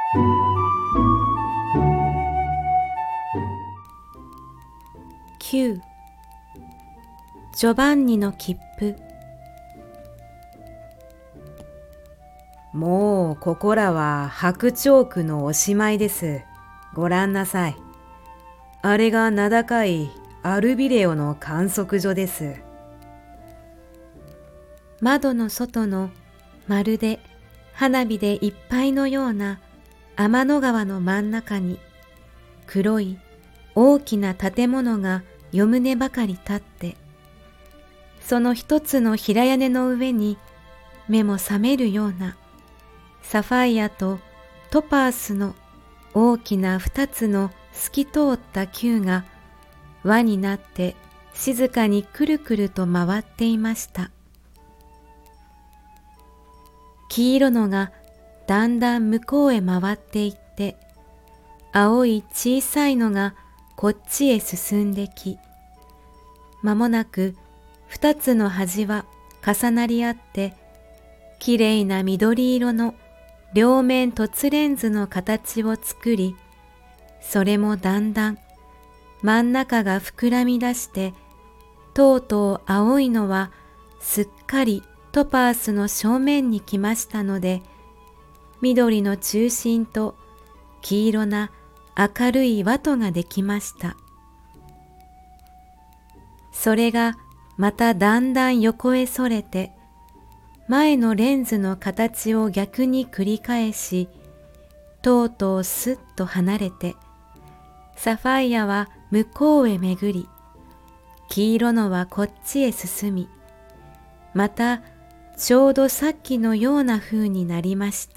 9. ジョバンニの切符。 もうここらは白鳥区のおしまいです。ご覧なさい。あれが名高いアルビレオの観測所です。 窓の外のまるで花火でいっぱいのような天の川の真ん中に黒い大きな建物が4棟ばかり立って、その一つの平屋根の上に目も覚めるようなサファイアとトパースの大きな2つの透き通った球が輪になって静かにくるくると回っていました。黄色のがだんだん向こうへ回っていって、青い小さいのがこっちへ進んでき、間もなく2つの端は重なり合って、きれいな緑色の両面凸レンズの形を作り、それもだんだん真ん中が膨らみ出して、とうとう青いのはすっかりトパースの正面に来ましたので、緑の中心と黄色な明るい輪とができました。それがまただんだん横へそれて、前のレンズの形を逆に繰り返し、とうとうすっと離れて、サファイアは向こうへ巡り、黄色のはこっちへ進み、またちょうどさっきのような風になりました。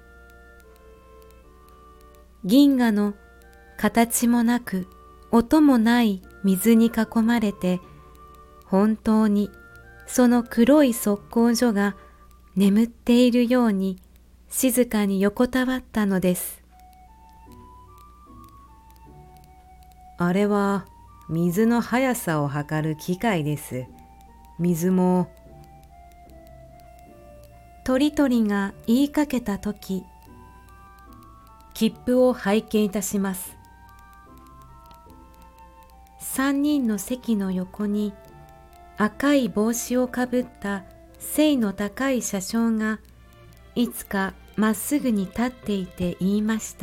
銀河の形もなく音もない水に囲まれて、本当にその黒い測候所が眠っているように静かに横たわったのです。 あれは水の速さを測る機械です。水も。 トリトリが言いかけたとき、 切符を拝見いたします。 3人の席の横に赤い帽子をかぶった背の高い車掌がいつかまっすぐに立っていて言いました。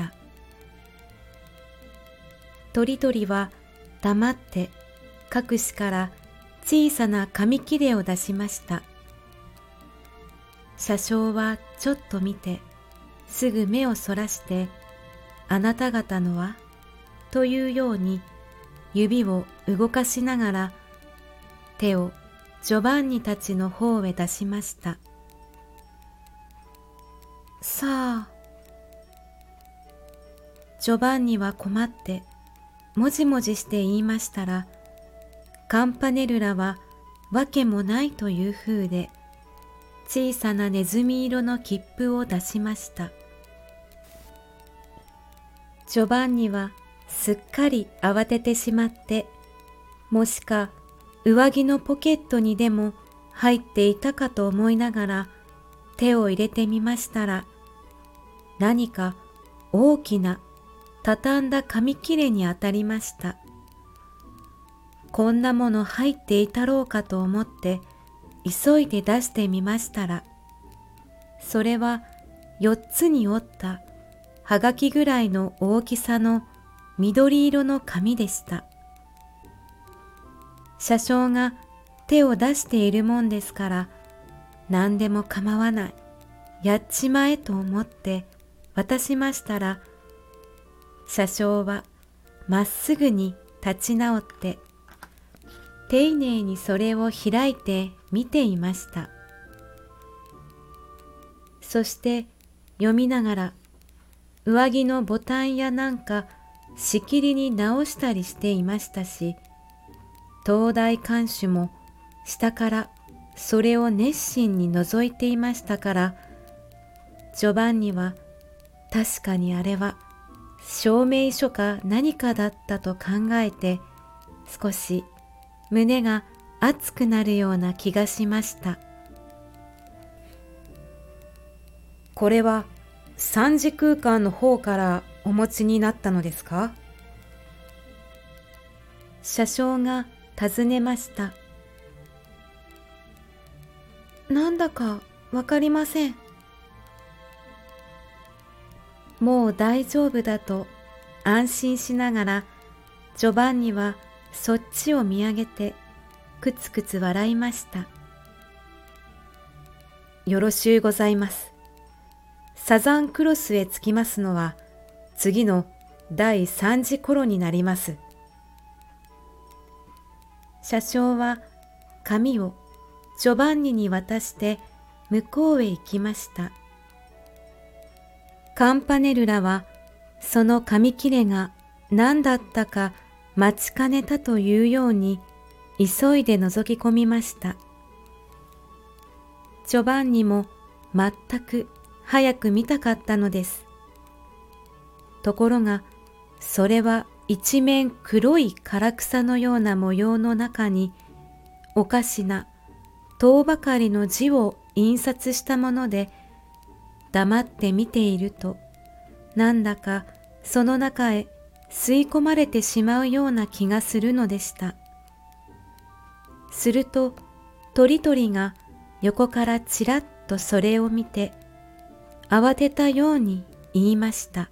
トリトリは黙って各紙から小さな紙切れを出しました。車掌はちょっと見て、すぐ目をそらして、あなた方のはというように指を動かしながら手をジョバンニたちの方へ出しました。さあ。ジョバンニは困ってもじもじして言いましたら、カンパネルラはわけもないという風で、小さなネズミ色の切符を出しました。ジョバンニはすっかり慌ててしまって、もしか上着のポケットにでも入っていたかと思いながら手を入れてみましたら、何か大きな畳んだ紙切れに当たりました。こんなもの入っていたろうかと思って急いで出してみましたら、それは4つに折ったはがきぐらいの大きさの緑色の紙でした。車掌が手を出しているもんですから、何でも構わない、やっちまえと思って渡しましたら、車掌はまっすぐに立ち直って、丁寧にそれを開いて見ていました。そして読みながら、上着のボタンやなんかしきりに直したりしていましたし、東大看守も下からそれを熱心に覗いていましたから、ジョバンニは確かにあれは証明書か何かだったと考えて、少し胸が熱くなるような気がしました。 これは三次空間の方からお持ちになったのですか？ 車掌が尋ねました。なんだかわかりません。もう大丈夫だと安心しながら、ジョバンニはそっちを見上げてくつくつ笑いました。 よろしゅうございます。サザンクロスへ着きますのは次の第3時頃になります。 車掌は紙をジョバンニに渡して向こうへ行きました。カンパネルラはその紙切れが何だったか待ちかねたというように急いで覗き込みました。ジョバンニも全く早く見たかったのです。ところがそれは一面黒い唐草のような模様の中におかしな塔ばかりの字を印刷したもので、黙って見ているとなんだかその中へ吸い込まれてしまうような気がするのでした。すると鳥鳥が横からちらっとそれを見て慌てたように言いました。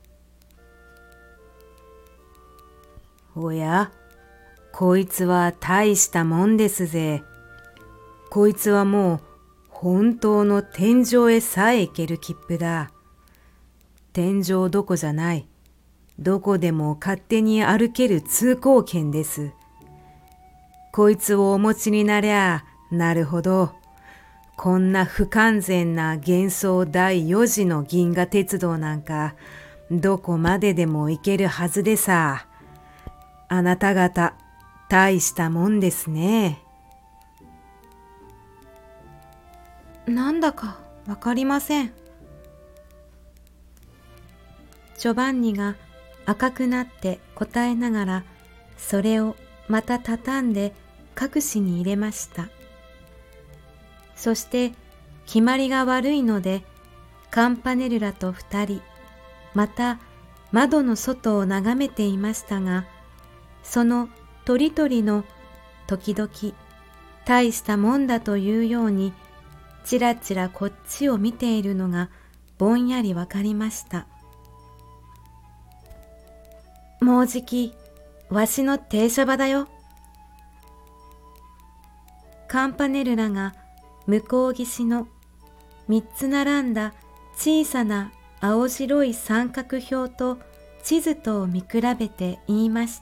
おや、こいつは大したもんですぜ。こいつはもう本当の天上へさえ行ける切符だ。天上どこじゃない。どこでも勝手に歩ける通行券です。こいつをお持ちになりゃ、なるほど。こんな不完全な幻想第4次の銀河鉄道なんか、どこまででも行けるはずでさ。あなた方、大したもんですね。 なんだかわかりません。ジョバンニが赤くなって答えながら、それをまた畳んで各紙に入れました。そして決まりが悪いので、カンパネルラと二人、また窓の外を眺めていましたが、その鳥鳥の時々大したもんだというようにちらちらこっちを見ているのがぼんやりわかりました。もうじきわしの停車場だよ。カンパネルラが向こう岸の三つ並んだ小さな青白い三角表と地図とを見比べて言いました。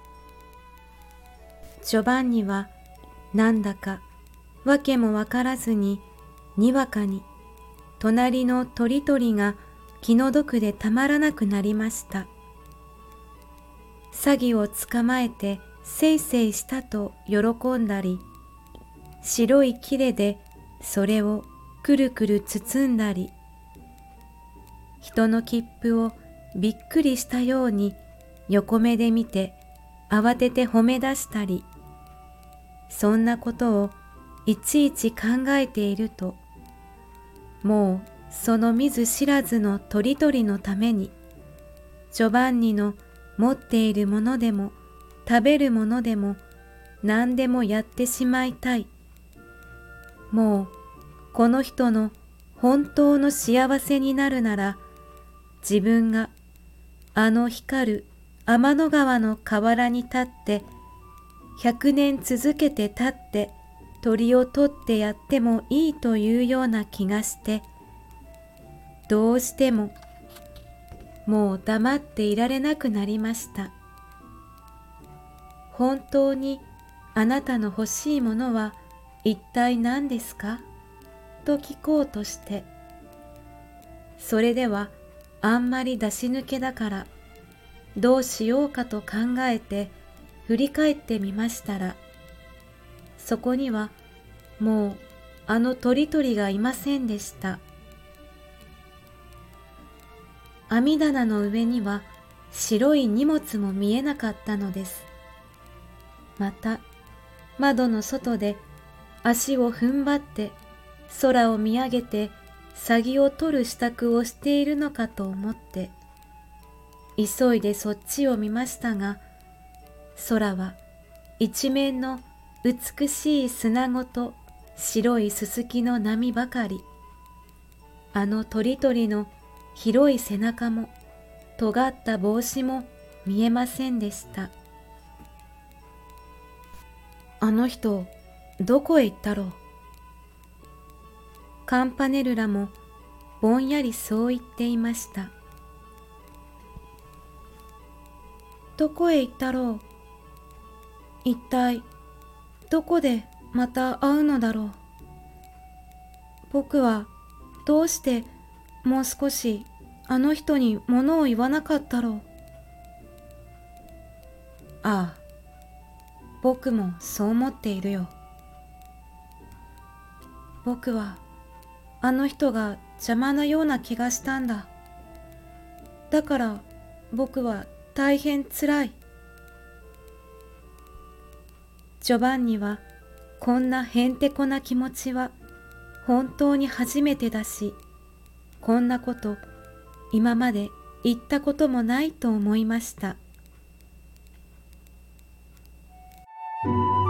ジョバンニはなんだかわけもわからずににわかに隣の鳥鳥が気の毒でたまらなくなりました。サギを捕まえてせいせいしたと喜んだり、白い切れでそれをくるくる包んだり、人の切符をびっくりしたように横目で見て慌てて褒め出したり、そんなことをいちいち考えていると、もうその見ず知らずの鳥鳥のために、ジョバンニの持っているものでも食べるものでも何でもやってしまいたい。もうこの人の本当の幸せになるなら、自分があの光る天の川の河原に立って100年続けて立って鳥を取ってやってもいいというような気がして、どうしてももう黙っていられなくなりました。本当にあなたの欲しいものは一体何ですかと聞こうとして、それではあんまり出し抜けだからどうしようかと考えて振り返ってみましたら、そこにはもうあの鳥鳥がいませんでした。網棚の上には白い荷物も見えなかったのです。また窓の外で足を踏ん張って空を見上げて鷺を取る支度をしているのかと思って、急いでそっちを見ましたが、空は一面の美しい砂ごと白いすすきの波ばかり。あの鳥鳥の広い背中も尖った帽子も見えませんでした。あの人、どこへ行ったろう。カンパネルラもぼんやりそう言っていました。どこへ行ったろう。一体どこでまた会うのだろう。僕はどうしてもう少しあの人に物を言わなかったろう。ああ、僕もそう思っているよ。僕はあの人が邪魔なような気がしたんだ。だから僕は大変つらい。ジョバンニはこんなへんてこな気持ちは本当に初めてだし、こんなこと今まで言ったこともないと思いました。